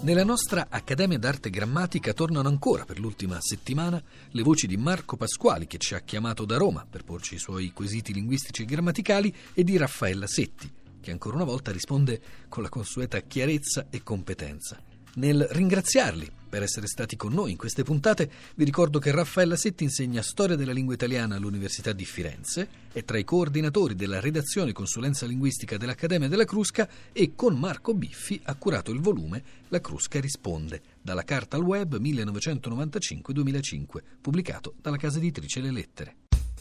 Nella nostra Accademia d'Arte Grammatica tornano ancora per l'ultima settimana le voci di Marco Pasquali, che ci ha chiamato da Roma per porci i suoi quesiti linguistici e grammaticali, e di Raffaella Setti, che ancora una volta risponde con la consueta chiarezza e competenza. Nel ringraziarli per essere stati con noi in queste puntate, vi ricordo che Raffaella Setti insegna storia della lingua italiana all'Università di Firenze, è tra i coordinatori della redazione e consulenza linguistica dell'Accademia della Crusca e con Marco Biffi ha curato il volume La Crusca risponde, dalla carta al web 1995-2005, pubblicato dalla casa editrice Le Lettere.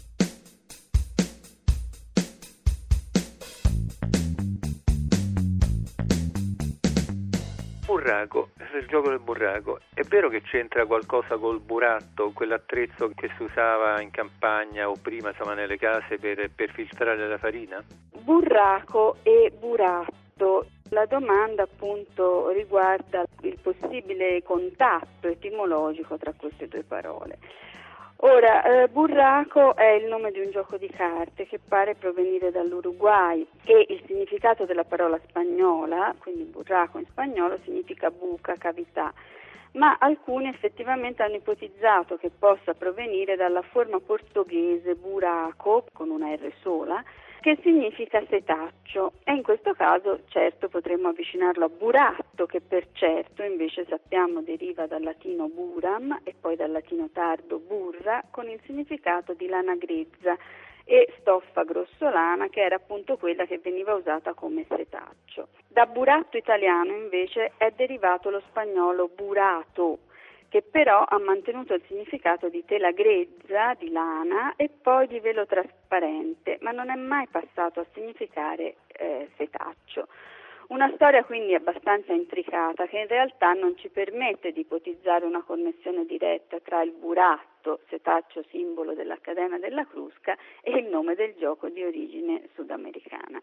Burraco, il gioco del burraco, è vero che c'entra qualcosa col buratto, quell'attrezzo che si usava in campagna o prima insomma nelle case per filtrare la farina? Burraco e buratto. La domanda appunto riguarda il possibile contatto etimologico tra queste due parole. Ora, burraco è il nome di un gioco di carte che pare provenire dall'Uruguay e il significato della parola spagnola, quindi burraco in spagnolo, significa buca, cavità, ma alcuni effettivamente hanno ipotizzato che possa provenire dalla forma portoghese buraco, con una R sola, che significa setaccio, e in questo caso certo potremmo avvicinarlo a buratto, che per certo invece sappiamo deriva dal latino buram e poi dal latino tardo burra, con il significato di lana grezza e stoffa grossolana, che era appunto quella che veniva usata come setaccio. Da buratto italiano invece è derivato lo spagnolo burato, che però ha mantenuto il significato di tela grezza, di lana e poi di velo trasparente, ma non è mai passato a significare setaccio. Una storia quindi abbastanza intricata che in realtà non ci permette di ipotizzare una connessione diretta tra il buratto, setaccio simbolo dell'Accademia della Crusca, e il nome del gioco di origine sudamericana.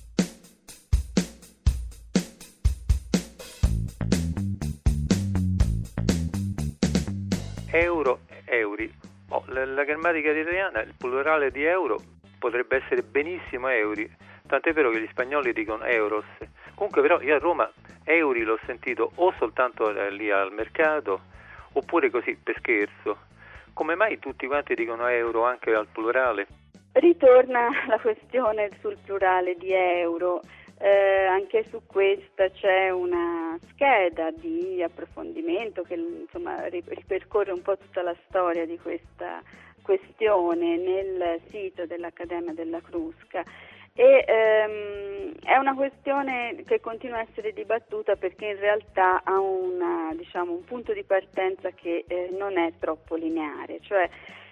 Euro, euri. La grammatica italiana, il plurale di euro potrebbe essere benissimo euri, tant'è vero che gli spagnoli dicono euros. Comunque però io a Roma euri l'ho sentito o soltanto lì al mercato oppure così per scherzo. Come mai tutti quanti dicono euro anche al plurale? Ritorna la questione sul plurale di euro. Anche su questa c'è una scheda di approfondimento che insomma ripercorre un po' tutta la storia di questa questione nel sito dell'Accademia della Crusca e è una questione che continua a essere dibattuta perché in realtà ha un punto di partenza che non è troppo lineare, cioè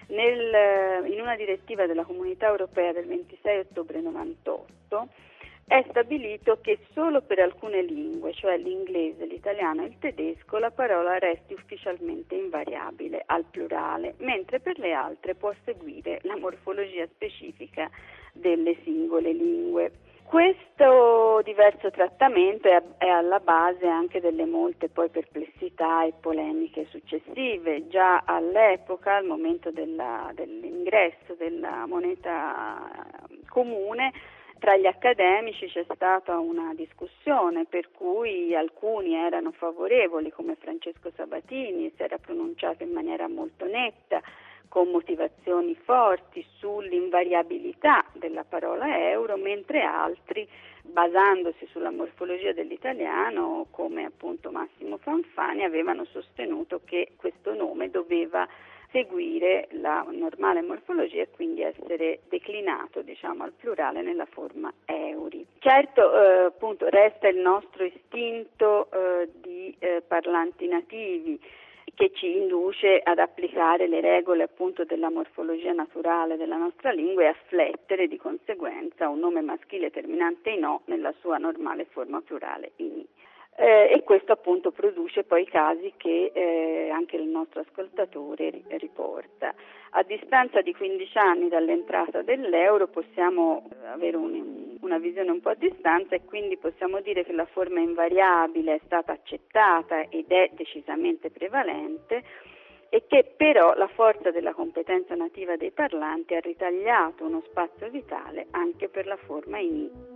in una direttiva della Comunità Europea del 26 ottobre 98 è stabilito che solo per alcune lingue, cioè l'inglese, l'italiano e il tedesco, la parola resti ufficialmente invariabile al plurale, mentre per le altre può seguire la morfologia specifica delle singole lingue. Questo diverso trattamento è alla base anche delle molte poi perplessità e polemiche successive. Già all'epoca, al momento dell'ingresso della moneta comune, tra gli accademici c'è stata una discussione per cui alcuni erano favorevoli, come Francesco Sabatini, si era pronunciato in maniera molto netta, con motivazioni forti sull'invariabilità della parola euro, mentre altri, basandosi sulla morfologia dell'italiano, come appunto Massimo Fanfani, avevano sostenuto che questo nome doveva seguire la normale morfologia e quindi essere declinato al plurale nella forma euri. Certo appunto resta il nostro istinto di parlanti nativi che ci induce ad applicare le regole appunto della morfologia naturale della nostra lingua e a flettere di conseguenza un nome maschile terminante in o nella sua normale forma plurale in i. E questo appunto produce poi i casi che anche il nostro ascoltatore riporta. A distanza di 15 anni dall'entrata dell'euro possiamo avere una visione un po' a distanza e quindi possiamo dire che la forma invariabile è stata accettata ed è decisamente prevalente e che però la forza della competenza nativa dei parlanti ha ritagliato uno spazio vitale anche per la forma in i.